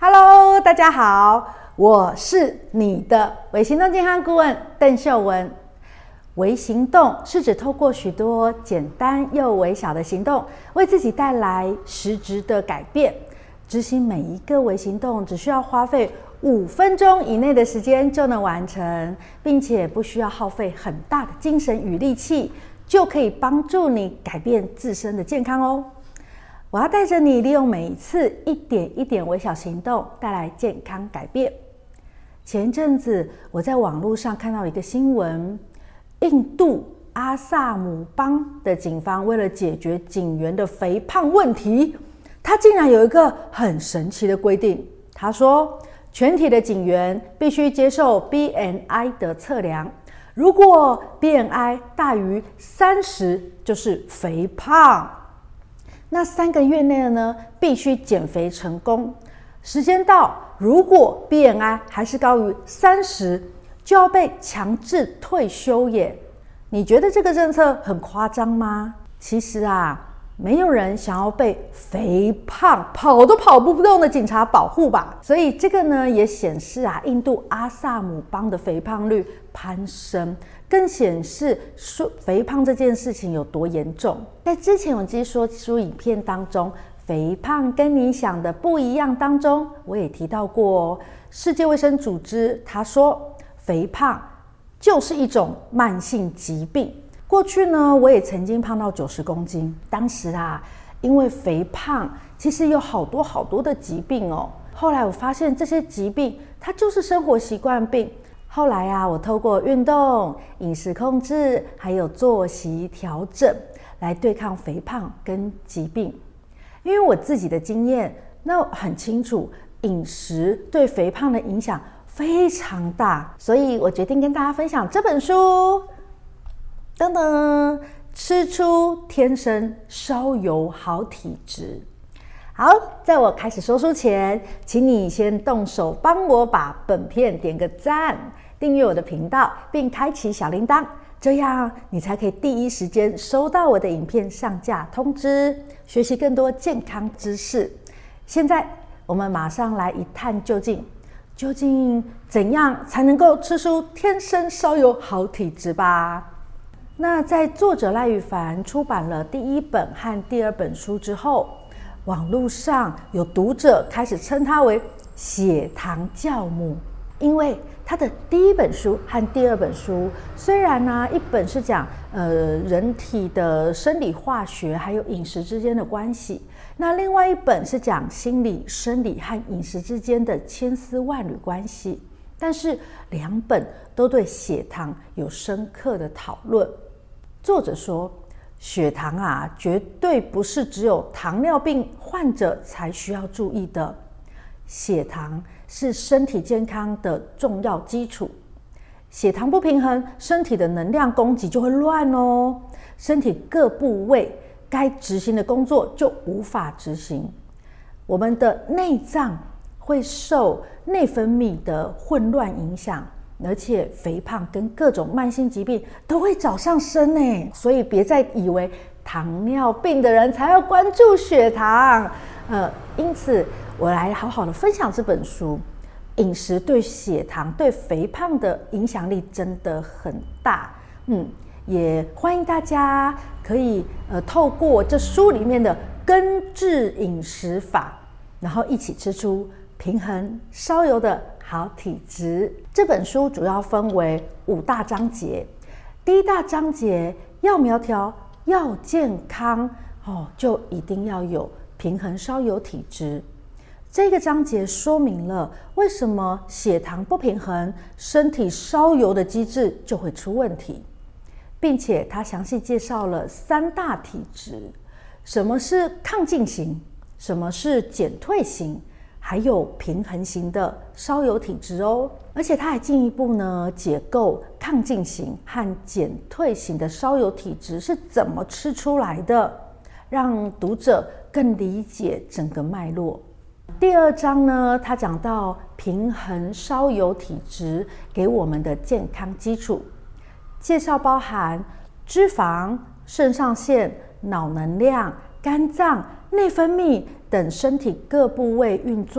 Hello， 大家好，我是你的微行动健康顾问邓秀文。微行动是指透过许多简单又微小的行动，为自己带来实质的改变。执行每一个微行动只需要花费5分钟以内的时间就能完成，并且不需要耗费很大的精神与力气，就可以帮助你改变自身的健康哦。我要带着你利用每一次一点一点微小行动带来健康改变。前一阵子我在网络上看到一个新闻，印度阿萨姆邦的警方为了解决警员的肥胖问题，他竟然有一个很神奇的规定。他说，全体的警员必须接受 BMI 的测量，如果 BMI 大于30就是肥胖。那3个月内呢，必须减肥成功。时间到，如果 BMI 还是高于30，就要被强制退休耶。你觉得这个政策很夸张吗？其实没有人想要被肥胖跑都跑不动的警察保护吧。所以这个呢，也显示印度阿萨姆邦的肥胖率攀升，更显示肥胖这件事情有多严重。在之前我记说书影片当中，肥胖跟你想的不一样当中，我也提到过世界卫生组织他说，肥胖就是一种慢性疾病。过去呢，我也曾经胖到90公斤，当时因为肥胖其实有好多的疾病哦。后来我发现这些疾病它就是生活习惯病。后来我透过运动、饮食控制还有作息调整来对抗肥胖跟疾病。因为我自己的经验，那很清楚饮食对肥胖的影响非常大，所以我决定跟大家分享这本书。噔噔，吃出天生烧油好体质。好，在我开始说书前，请你先动手帮我把本片点个赞，订阅我的频道，并开启小铃铛，这样你才可以第一时间收到我的影片上架通知，学习更多健康知识。现在我们马上来一探究竟，怎样才能够吃出天生烧油好体质吧？那在作者赖宇凡出版了第1本和第2本书之后，网络上有读者开始称他为血糖教母，因为他的第1本书和第2本书虽然一本是讲人体的生理化学还有饮食之间的关系，那另外一本是讲心理生理和饮食之间的千丝万缕关系，但是2本都对血糖有深刻的讨论。作者说，血糖绝对不是只有糖尿病患者才需要注意的，血糖是身体健康的重要基础。血糖不平衡，身体的能量供给就会乱哦，身体各部位该执行的工作就无法执行。我们的内脏会受内分泌的混乱影响，而且肥胖跟各种慢性疾病都会找上身耶。所以别再以为糖尿病的人才要关注血糖。因此我来好好的分享这本书。饮食对血糖、对肥胖的影响力真的很大。也欢迎大家可以透过这书里面的根治饮食法，然后一起吃出平衡烧油的好体质。这本书主要分为5大章节。第1大章节要苗条要健康就一定要有平衡烧油体质。这个章节说明了为什么血糖不平衡，身体烧油的机制就会出问题，并且它详细介绍了3大体质，什么是抗进型，什么是减退型，还有平衡型的烧油体质哦。而且它还进一步呢解构抗进型和减退型的烧油体质是怎么吃出来的，让读者更理解整个脉络。第2章呢，它讲到平衡烧油体质给我们的健康基础，介绍包含脂肪、肾上腺、脑能量、肝脏、内分泌等身体各部位运作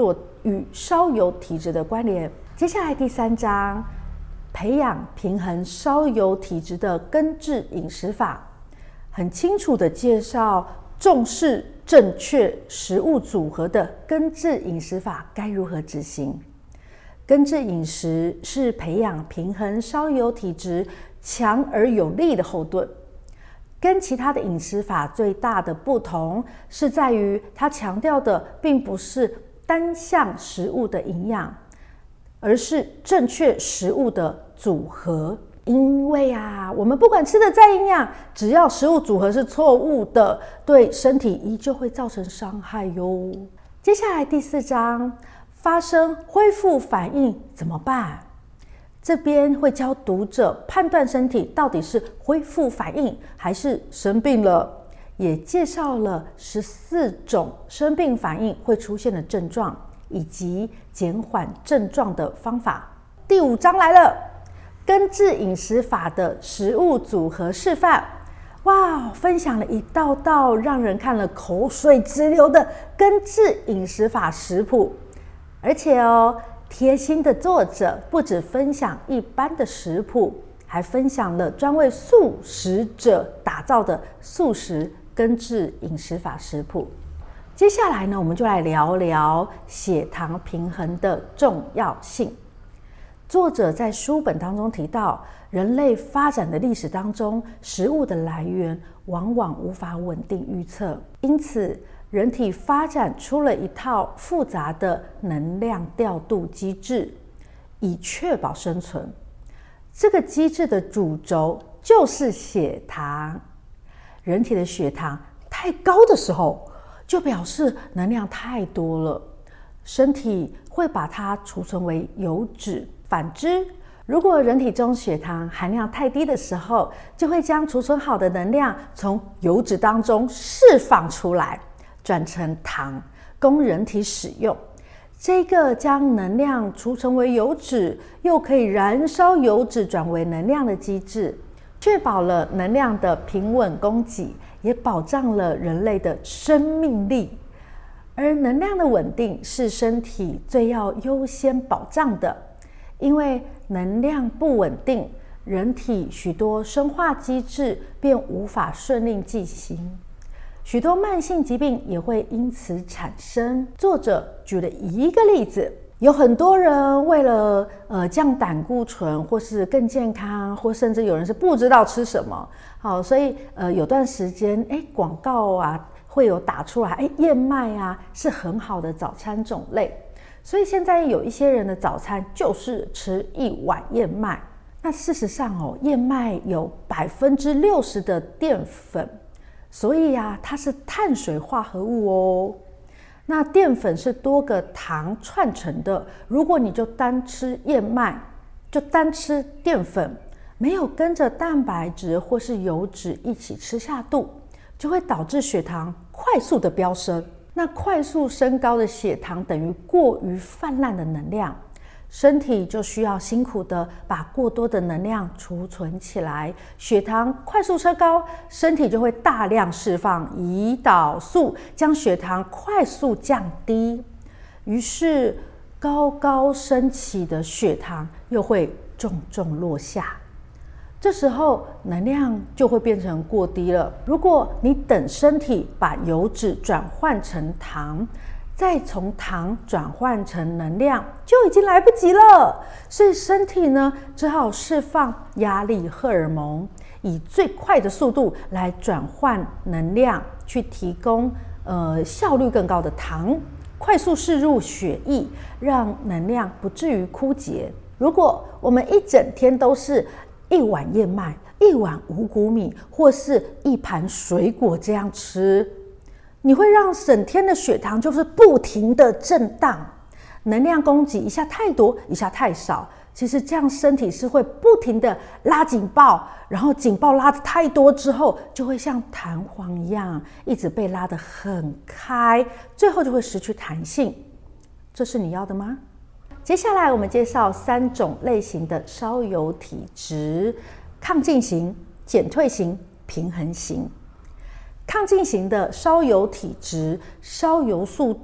与烧油体质的关联。接下来第3章，培养平衡烧油体质的根治饮食法，很清楚的介绍重视正确食物组合的根治饮食法该如何执行。根治饮食是培养平衡烧油体质强而有力的后盾。跟其他的饮食法最大的不同是在于，它强调的并不是单项食物的营养，而是正确食物的组合。因为我们不管吃的再营养，只要食物组合是错误的，对身体依旧会造成伤害哟。接下来第4章，发生恢复反应怎么办？这边会教读者判断身体到底是恢复反应还是生病了，也介绍了14种生病反应会出现的症状，以及减缓症状的方法。第5章来了，根治饮食法的食物组合示范。哇，分享了一道道让人看了口水直流的根治饮食法食谱，而且贴心的作者不只分享一般的食谱，还分享了专为素食者打造的素食根治饮食法食谱。接下来呢，我们就来聊聊血糖平衡的重要性。作者在书本当中提到，人类发展的历史当中，食物的来源往往无法稳定预测，因此人体发展出了一套复杂的能量调度机制，以确保生存。这个机制的主轴就是血糖。人体的血糖太高的时候，就表示能量太多了，身体会把它储存为油脂。反之，如果人体中血糖含量太低的时候，就会将储存好的能量从油脂当中释放出来，转成糖，供人体使用。这个将能量储存为油脂，又可以燃烧油脂转为能量的机制，确保了能量的平稳供给，也保障了人类的生命力。而能量的稳定是身体最要优先保障的，因为能量不稳定，人体许多生化机制便无法顺利进行。许多慢性疾病也会因此产生。作者举了一个例子，有很多人为了降胆固醇，或是更健康，或甚至有人是不知道吃什么，好，所以有段时间广告会有打出来，燕麦是很好的早餐种类，所以现在有一些人的早餐就是吃1碗燕麦。那事实上燕麦有60%的淀粉，所以它是碳水化合物那淀粉是多个糖串成的，如果你就单吃燕麦，就单吃淀粉，没有跟着蛋白质或是油脂一起吃下肚，就会导致血糖快速的飙升。那快速升高的血糖等于过于泛滥的能量，身体就需要辛苦的把过多的能量储存起来。血糖快速升高，身体就会大量释放胰岛素，将血糖快速降低。于是高高升起的血糖又会重重落下，这时候能量就会变成过低了。如果你等身体把油脂转换成糖，再从糖转换成能量，就已经来不及了。所以身体呢，只好释放压力荷尔蒙，以最快的速度来转换能量，去提供效率更高的糖，快速释入血液，让能量不至于枯竭。如果我们一整天都是1碗燕麦、1碗五谷米，或是1盘水果这样吃，你会让整天的血糖就是不停的震荡，能量供给一下太多，一下太少。其实这样身体是会不停的拉警报，然后警报拉得太多之后，就会像弹簧一样，一直被拉得很开，最后就会失去弹性。这是你要的吗？接下来我们介绍3种类型的烧油体质：亢进型、减退型、平衡型。亢进型的烧油体质，烧油速度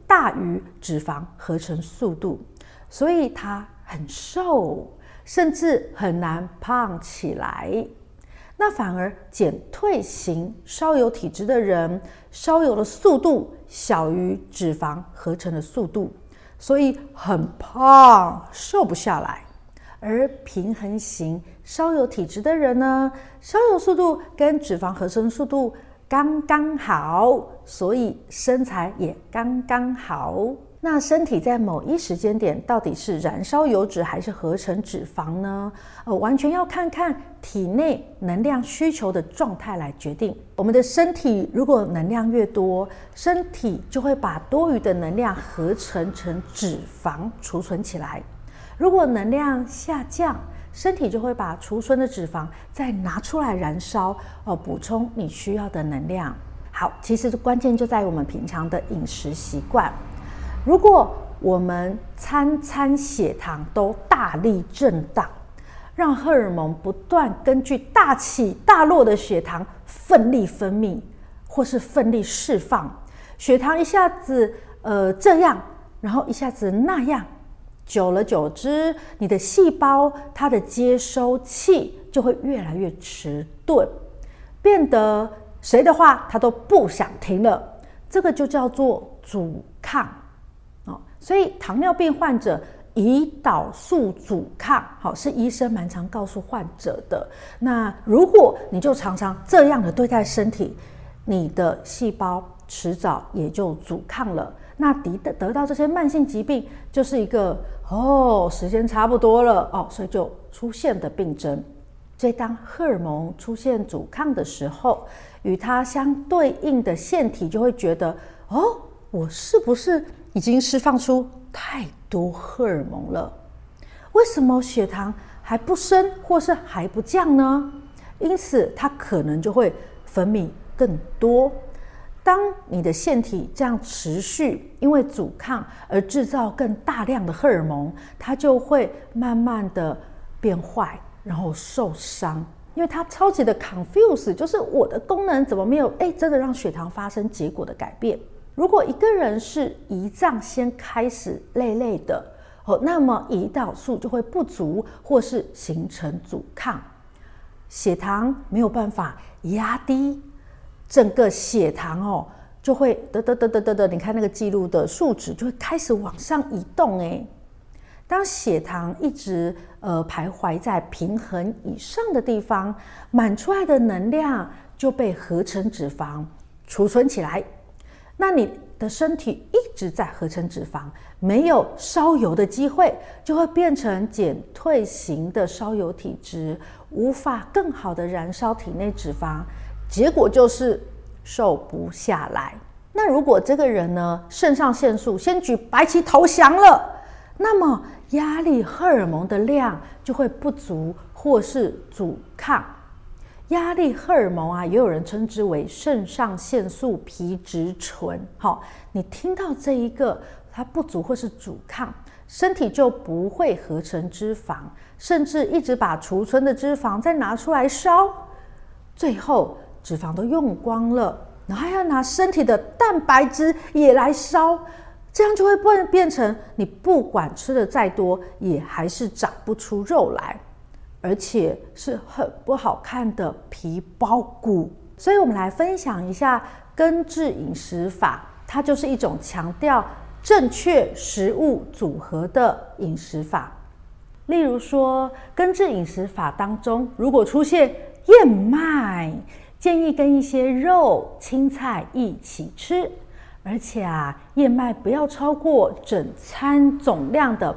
大于脂肪合成速度，所以它很瘦，甚至很难胖起来。那反而减退型烧油体质的人，烧油的速度小于脂肪合成的速度，所以很胖，瘦不下来。而平衡型烧油体质的人呢，烧油速度跟脂肪合成速度刚刚好，所以身材也刚刚好。那身体在某一时间点到底是燃烧油脂还是合成脂肪呢？完全要看看体内能量需求的状态来决定。我们的身体如果能量越多，身体就会把多余的能量合成脂肪储存起来。如果能量下降，身体就会把储存的脂肪再拿出来燃烧，补充你需要的能量。好，其实关键就在于我们平常的饮食习惯。如果我们餐餐血糖都大力震荡，让荷尔蒙不断根据大起大落的血糖奋力分泌，或是奋力释放，血糖一下子这样，然后一下子那样，久了久之，你的细胞它的接收器就会越来越迟钝，变得谁的话它都不想听了。这个就叫做阻抗。所以糖尿病患者胰岛素阻抗，是医生蛮常告诉患者的。那如果你就常常这样的对待身体，你的细胞迟早也就阻抗了。那得到这些慢性疾病，就是一个时间差不多了所以就出现的病症。所以当荷尔蒙出现阻抗的时候，与它相对应的腺体就会觉得我是不是已经释放出太多荷尔蒙了？为什么血糖还不升或是还不降呢？因此它可能就会分泌更多。当你的腺体这样持续因为阻抗而制造更大量的荷尔蒙，它就会慢慢的变坏，然后受伤。因为它超级的 confuse， 就是我的功能怎么没有真的让血糖发生结果的改变。如果一个人是胰脏先开始累的那么胰岛素就会不足，或是形成阻抗，血糖没有办法压低，整个血糖就会你看那个记录的数值就会开始往上移动。当血糖一直徘徊在平衡以上的地方，满出来的能量就被合成脂肪储存起来。那你的身体一直在合成脂肪，没有烧油的机会，就会变成减退型的烧油体质，无法更好的燃烧体内脂肪，结果就是瘦不下来。那如果这个人呢，肾上腺素先举白旗投降了，那么压力荷尔蒙的量就会不足或是阻抗。压力荷尔蒙也有人称之为肾上腺素皮质醇。你听到这一个它不足或是阻抗，身体就不会合成脂肪，甚至一直把储存的脂肪再拿出来烧，最后脂肪都用光了，然后还要拿身体的蛋白质也来烧，这样就会变成你不管吃的再多，也还是长不出肉来，而且是很不好看的皮包骨。所以我们来分享一下根治饮食法，它就是一种强调正确食物组合的饮食法。例如说，根治饮食法当中，如果出现燕麦，建议跟一些肉、青菜一起吃，而且燕麦不要超过整餐总量的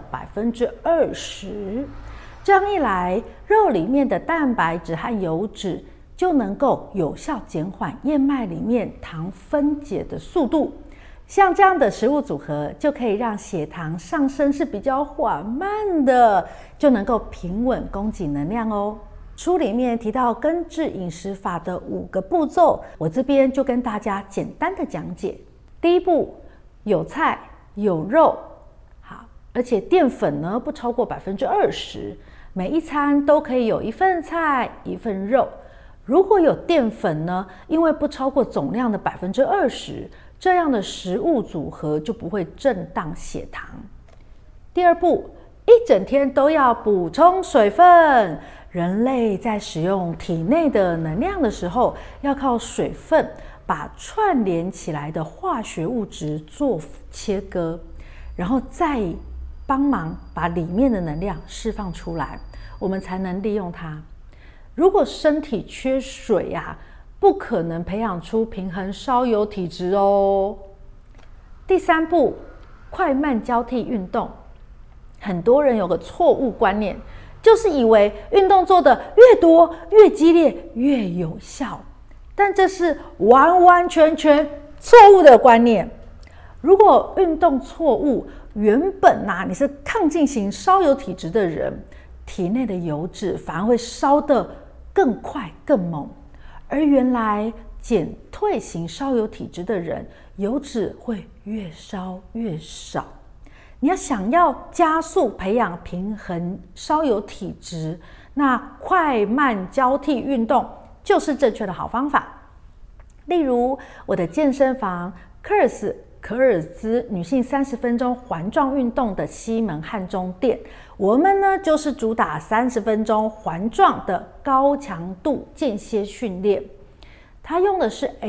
20%。这样一来，肉里面的蛋白质和油脂就能够有效减缓燕麦里面糖分解的速度。像这样的食物组合，就可以让血糖上升是比较缓慢的，就能够平稳供给能量哦。书里面提到根治饮食法的5个步骤，我这边就跟大家简单的讲解。第一步，有菜有肉，好，而且淀粉呢不超过20%，每一餐都可以有1份菜1份肉。如果有淀粉呢，因为不超过总量的20%， 这样的食物组合就不会震荡血糖。第二步，一整天都要补充水分。人类在使用体内的能量的时候，要靠水分把串联起来的化学物质做切割，然后再帮忙把里面的能量释放出来，我们才能利用它。如果身体缺水啊，不可能培养出平衡烧油体质哦。第三步，快慢交替运动。很多人有个错误观念，就是以为运动做得越多、越激烈、越有效，但这是完完全全错误的观念。如果运动错误，原本你是亢进型烧油体质的人，体内的油脂反而会烧得更快更猛，而原来减退型烧油体质的人，油脂会越烧越少。你要想要加速培养平衡烧油体质，那快慢交替运动就是正确的好方法。例如我的健身房可尔兹女性30分钟环状运动的西门汉中店，我们呢就是主打30分钟环状的高强度间歇训练。它用的是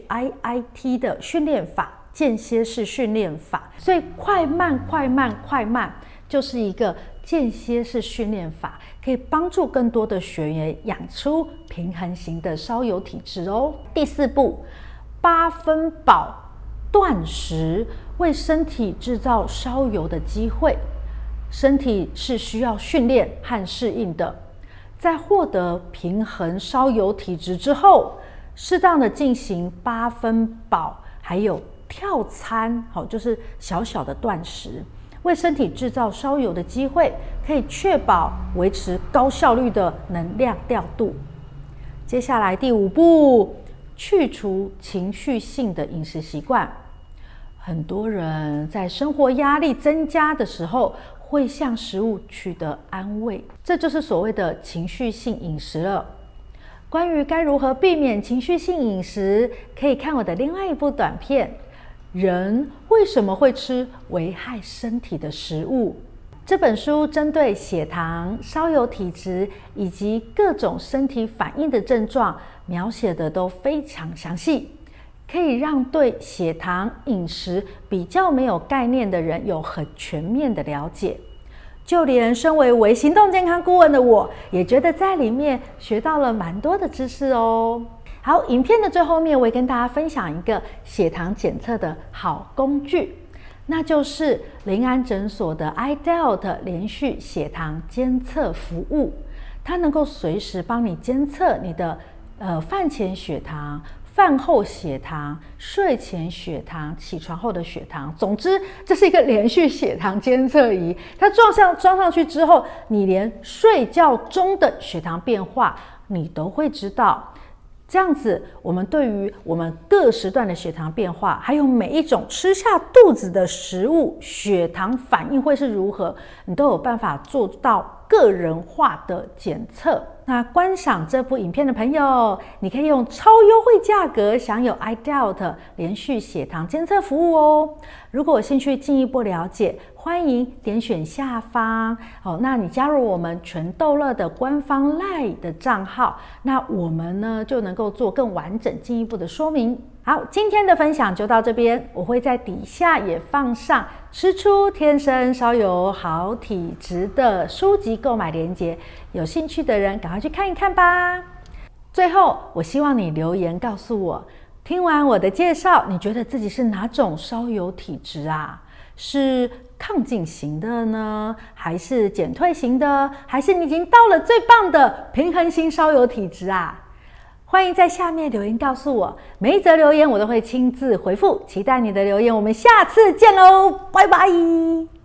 HIIT 的训练法，间歇式训练法，所以快慢就是一个间歇式训练法，可以帮助更多的学员养出平衡型的烧油体质哦。第四步，8分饱断食，为身体制造烧油的机会。身体是需要训练和适应的，在获得平衡烧油体质之后，适当的进行8分饱，还有跳餐，就是小小的断食，为身体制造烧油的机会，可以确保维持高效率的能量调度。接下来第5步，去除情绪性的饮食习惯。很多人在生活压力增加的时候，会向食物取得安慰，这就是所谓的情绪性饮食了。关于该如何避免情绪性饮食，可以看我的另外一部短片，人为什么会吃危害身体的食物？这本书针对血糖、烧油体质以及各种身体反应的症状，描写的都非常详细，可以让对血糖、饮食比较没有概念的人有很全面的了解。就连身为微行动健康顾问的我，也觉得在里面学到了蛮多的知识哦。好，影片的最后面，我也跟大家分享一个血糖检测的好工具，那就是林安诊所的 iDelt 连续血糖监测服务。它能够随时帮你监测你的饭前血糖、饭后血糖、睡前血糖、起床后的血糖，总之这是一个连续血糖监测仪。它装上去之后，你连睡觉中的血糖变化你都会知道。这样子，我们对于我们各时段的血糖变化，还有每一种吃下肚子的食物血糖反应会是如何，你都有办法做到个人化的检测。那观赏这部影片的朋友，你可以用超优惠价格享有 iDelt 连续血糖监测服务哦。如果有兴趣进一步了解，欢迎点选下方那你加入我们全豆乐的官方 LINE 的账号，那我们呢就能够做更完整进一步的说明。好，今天的分享就到这边，我会在底下也放上吃出天生烧油好体质的书籍购买链接，有兴趣的人赶快去看一看吧。最后，我希望你留言告诉我，听完我的介绍，你觉得自己是哪种烧油体质啊？是亢进型的呢，还是减退型的，还是你已经到了最棒的平衡型烧油体质啊？欢迎在下面留言告诉我，每一则留言我都会亲自回复，期待你的留言，我们下次见喽，拜拜。